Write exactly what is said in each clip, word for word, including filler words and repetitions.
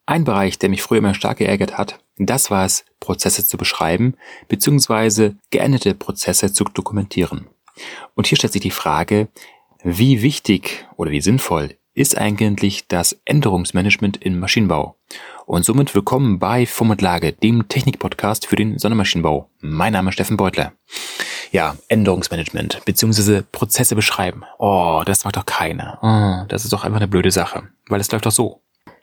Ein Bereich, der mich früher immer stark geärgert hat, das war es, Prozesse zu beschreiben bzw. geänderte Prozesse zu dokumentieren. Und hier stellt sich die Frage, wie wichtig oder wie sinnvoll ist eigentlich das Änderungsmanagement im Maschinenbau? Und somit willkommen bei Form und Lage, dem Technik-Podcast für den Sondermaschinenbau. Mein Name ist Steffen Beutler. Ja, Änderungsmanagement bzw. Prozesse beschreiben. Oh, das macht doch keiner. Oh, das ist doch einfach eine blöde Sache, weil es läuft doch so.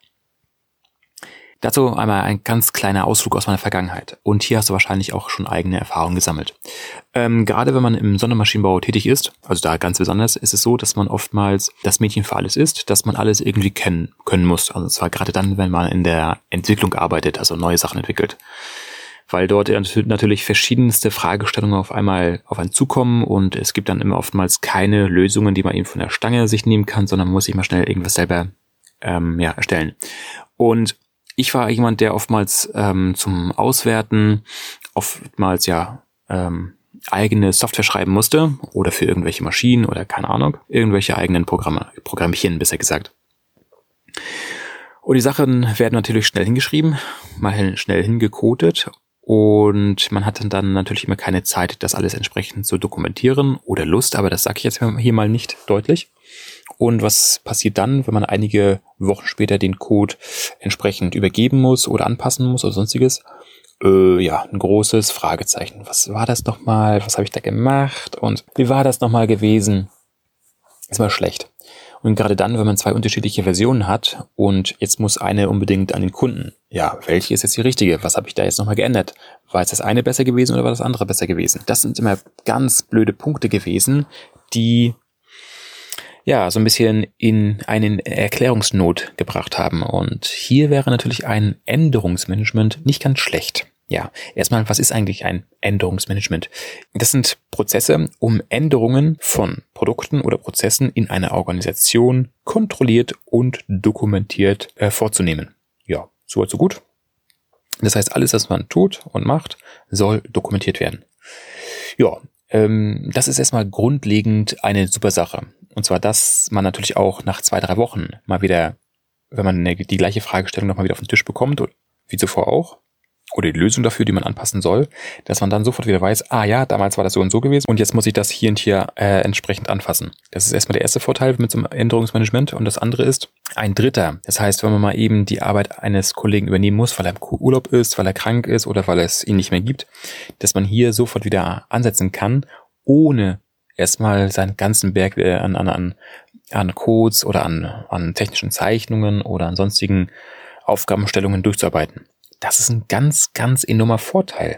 Dazu einmal ein ganz kleiner Ausflug aus meiner Vergangenheit. Und hier hast du wahrscheinlich auch schon eigene Erfahrungen gesammelt. Ähm, gerade wenn man im Sondermaschinenbau tätig ist, also da ganz besonders, ist es so, dass man oftmals das Mädchen für alles ist, dass man alles irgendwie kennen können muss. Also zwar gerade dann, wenn man in der Entwicklung arbeitet, also neue Sachen entwickelt. Weil dort natürlich verschiedenste Fragestellungen auf einmal auf einen zukommen und es gibt dann immer oftmals keine Lösungen, die man eben von der Stange sich nehmen kann, sondern man muss sich mal schnell irgendwas selber ähm, ja, erstellen. Und ich war jemand, der oftmals ähm, zum Auswerten oftmals ja ähm, eigene Software schreiben musste oder für irgendwelche Maschinen oder keine Ahnung, irgendwelche eigenen Programme, Programmchen besser gesagt. Und die Sachen werden natürlich schnell hingeschrieben, mal schnell hingecodet und man hat dann natürlich immer keine Zeit, das alles entsprechend zu dokumentieren oder Lust, aber das sage ich jetzt hier mal nicht deutlich. Und was passiert dann, wenn man einige Wochen später den Code entsprechend übergeben muss oder anpassen muss oder sonstiges? Äh, ja, ein großes Fragezeichen. Was war das nochmal? Was habe ich da gemacht? Und wie war das nochmal gewesen? Ist mal schlecht. Und gerade dann, wenn man zwei unterschiedliche Versionen hat und jetzt muss eine unbedingt an den Kunden. Ja, welche ist jetzt die richtige? Was habe ich da jetzt nochmal geändert? War jetzt das eine besser gewesen oder war das andere besser gewesen? Das sind immer ganz blöde Punkte gewesen, die ja, so ein bisschen in einen Erklärungsnot gebracht haben. Und hier wäre natürlich ein Änderungsmanagement nicht ganz schlecht. Ja, erstmal, was ist eigentlich ein Änderungsmanagement? Das sind Prozesse, um Änderungen von Produkten oder Prozessen in einer Organisation kontrolliert und dokumentiert äh, vorzunehmen. Ja, so weit so gut. Das heißt, alles, was man tut und macht, soll dokumentiert werden. Ja, ähm, das ist erstmal grundlegend eine super Sache. Und zwar, dass man natürlich auch nach zwei, drei Wochen mal wieder, wenn man die gleiche Fragestellung nochmal wieder auf den Tisch bekommt, wie zuvor auch, oder die Lösung dafür, die man anpassen soll, dass man dann sofort wieder weiß, ah ja, damals war das so und so gewesen und jetzt muss ich das hier und hier äh, entsprechend anfassen. Das ist erstmal der erste Vorteil mit so einem Änderungsmanagement und das andere ist ein dritter. Das heißt, wenn man mal eben die Arbeit eines Kollegen übernehmen muss, weil er im Urlaub ist, weil er krank ist oder weil es ihn nicht mehr gibt, dass man hier sofort wieder ansetzen kann, ohne erstmal seinen ganzen Berg an, an, an, an Codes oder an, an technischen Zeichnungen oder an sonstigen Aufgabenstellungen durchzuarbeiten. Das ist ein ganz, ganz enormer Vorteil.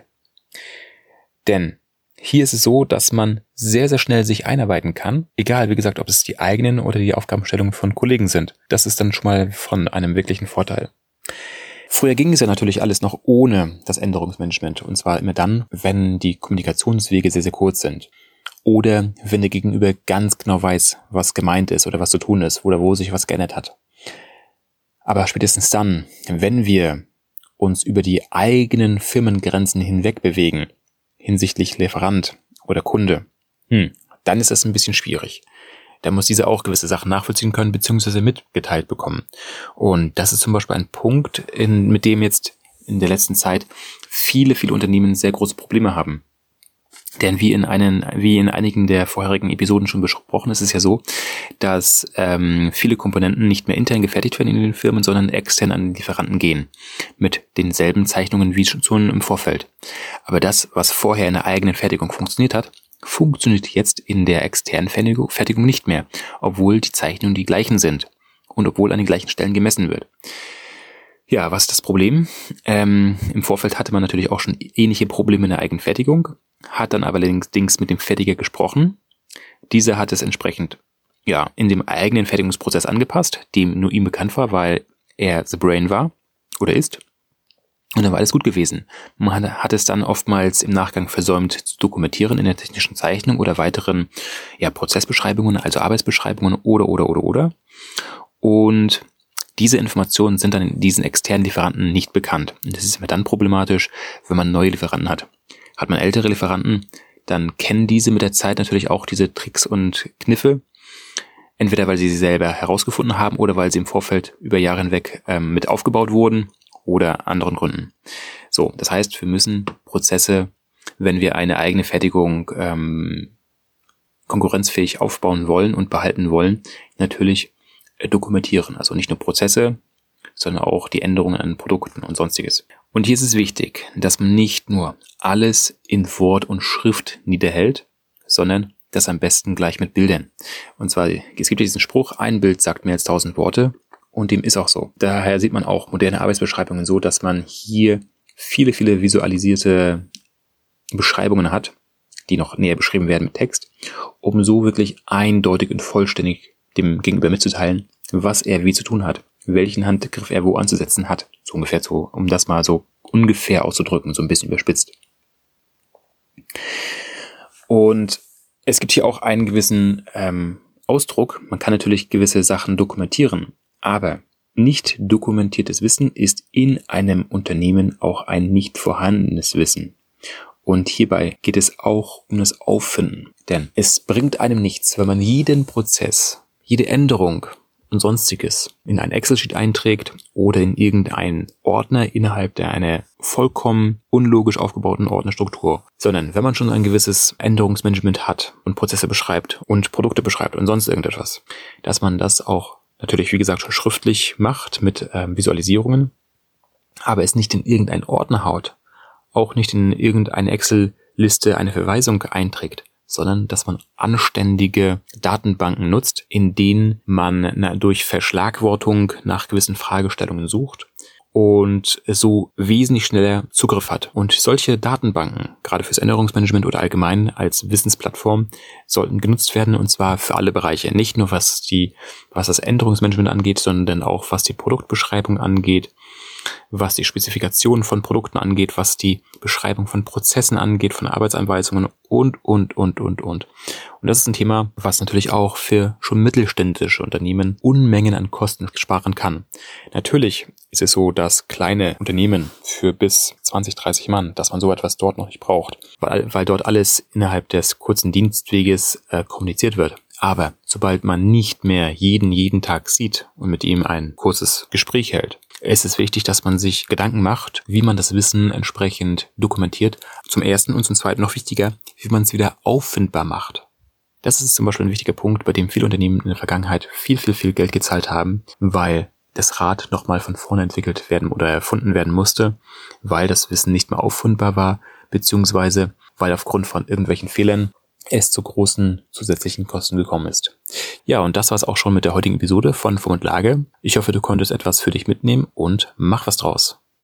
Denn hier ist es so, dass man sehr, sehr schnell sich einarbeiten kann, egal, wie gesagt, ob es die eigenen oder die Aufgabenstellungen von Kollegen sind. Das ist dann schon mal von einem wirklichen Vorteil. Früher ging es ja natürlich alles noch ohne das Änderungsmanagement. Und zwar immer dann, wenn die Kommunikationswege sehr, sehr kurz sind. Oder wenn der Gegenüber ganz genau weiß, was gemeint ist oder was zu tun ist oder wo sich was geändert hat. Aber spätestens dann, wenn wir uns über die eigenen Firmengrenzen hinweg bewegen, hinsichtlich Lieferant oder Kunde, hm, dann ist das ein bisschen schwierig. Da muss dieser auch gewisse Sachen nachvollziehen können bzw. mitgeteilt bekommen. Und das ist zum Beispiel ein Punkt, in, mit dem jetzt in der letzten Zeit viele, viele Unternehmen sehr große Probleme haben. Denn wie in einen, wie in einigen der vorherigen Episoden schon besprochen, ist es ja so, dass ähm, viele Komponenten nicht mehr intern gefertigt werden in den Firmen, sondern extern an den Lieferanten gehen. Mit denselben Zeichnungen wie schon im Vorfeld. Aber das, was vorher in der eigenen Fertigung funktioniert hat, funktioniert jetzt in der externen Fertigung nicht mehr, obwohl die Zeichnungen die gleichen sind und obwohl an den gleichen Stellen gemessen wird. Ja, was ist das Problem? Ähm, im Vorfeld hatte man natürlich auch schon ähnliche Probleme in der eigenen Fertigung, hat dann aber allerdings mit dem Fertiger gesprochen. Dieser hat es entsprechend ja in dem eigenen Fertigungsprozess angepasst, dem nur ihm bekannt war, weil er the brain war oder ist. Und dann war alles gut gewesen. Man hat es dann oftmals im Nachgang versäumt zu dokumentieren in der technischen Zeichnung oder weiteren ja, Prozessbeschreibungen, also Arbeitsbeschreibungen oder, oder, oder, oder. Und diese Informationen sind dann in diesen externen Lieferanten nicht bekannt. Und das ist immer dann problematisch, wenn man neue Lieferanten hat. Hat man ältere Lieferanten, dann kennen diese mit der Zeit natürlich auch diese Tricks und Kniffe, Entweder weil sie sie selber herausgefunden haben oder weil sie im Vorfeld über Jahre hinweg ähm, mit aufgebaut wurden oder anderen Gründen. So, das heißt, wir müssen Prozesse, wenn wir eine eigene Fertigung ähm, konkurrenzfähig aufbauen wollen und behalten wollen, natürlich äh, dokumentieren. Also nicht nur Prozesse, sondern auch die Änderungen an Produkten und Sonstiges. Und hier ist es wichtig, dass man nicht nur alles in Wort und Schrift niederhält, sondern das am besten gleich mit Bildern. Und zwar, es gibt ja diesen Spruch, ein Bild sagt mehr als tausend Worte, und dem ist auch so. Daher sieht man auch moderne Arbeitsbeschreibungen so, dass man hier viele, viele visualisierte Beschreibungen hat, die noch näher beschrieben werden mit Text, um so wirklich eindeutig und vollständig dem Gegenüber mitzuteilen, was er wie zu tun hat, welchen Handgriff er wo anzusetzen hat. So ungefähr so, um das mal so ungefähr auszudrücken, so ein bisschen überspitzt. Und es gibt hier auch einen gewissen ähm, Ausdruck. Man kann natürlich gewisse Sachen dokumentieren, aber nicht dokumentiertes Wissen ist in einem Unternehmen auch ein nicht vorhandenes Wissen. Und hierbei geht es auch um das Auffinden. Denn es bringt einem nichts, wenn man jeden Prozess, jede Änderung und Sonstiges in ein Excel-Sheet einträgt oder in irgendeinen Ordner innerhalb der einer vollkommen unlogisch aufgebauten Ordnerstruktur. Sondern wenn man schon ein gewisses Änderungsmanagement hat und Prozesse beschreibt und Produkte beschreibt und sonst irgendetwas, dass man das auch natürlich, wie gesagt, schon schriftlich macht mit ähm, Visualisierungen, aber es nicht in irgendeinen Ordner haut, auch nicht in irgendeine Excel-Liste eine Verweisung einträgt, sondern dass man anständige Datenbanken nutzt, in denen man na, durch Verschlagwortung nach gewissen Fragestellungen sucht und so wesentlich schneller Zugriff hat. Und solche Datenbanken, gerade fürs Änderungsmanagement oder allgemein als Wissensplattform, sollten genutzt werden, und zwar für alle Bereiche. Nicht nur was die, was das Änderungsmanagement angeht, sondern auch was die Produktbeschreibung angeht, was die Spezifikation von Produkten angeht, was die Beschreibung von Prozessen angeht, von Arbeitsanweisungen und, und, und, und, und. Und das ist ein Thema, was natürlich auch für schon mittelständische Unternehmen Unmengen an Kosten sparen kann. Natürlich ist es so, dass kleine Unternehmen für bis zwanzig, dreißig Mann, dass man so etwas dort noch nicht braucht, weil, weil dort alles innerhalb des kurzen Dienstweges äh, kommuniziert wird. Aber sobald man nicht mehr jeden, jeden Tag sieht und mit ihm ein kurzes Gespräch hält, ist es wichtig, dass man sich Gedanken macht, wie man das Wissen entsprechend dokumentiert. Zum Ersten und zum Zweiten noch wichtiger, wie man es wieder auffindbar macht. Das ist zum Beispiel ein wichtiger Punkt, bei dem viele Unternehmen in der Vergangenheit viel, viel, viel Geld gezahlt haben, weil das Rad nochmal von vorne entwickelt werden oder erfunden werden musste, weil das Wissen nicht mehr auffindbar war, beziehungsweise weil aufgrund von irgendwelchen Fehlern es zu großen zusätzlichen Kosten gekommen ist. Ja, und das war's auch schon mit der heutigen Episode von Funk und Lage. Ich hoffe, du konntest etwas für dich mitnehmen und mach was draus.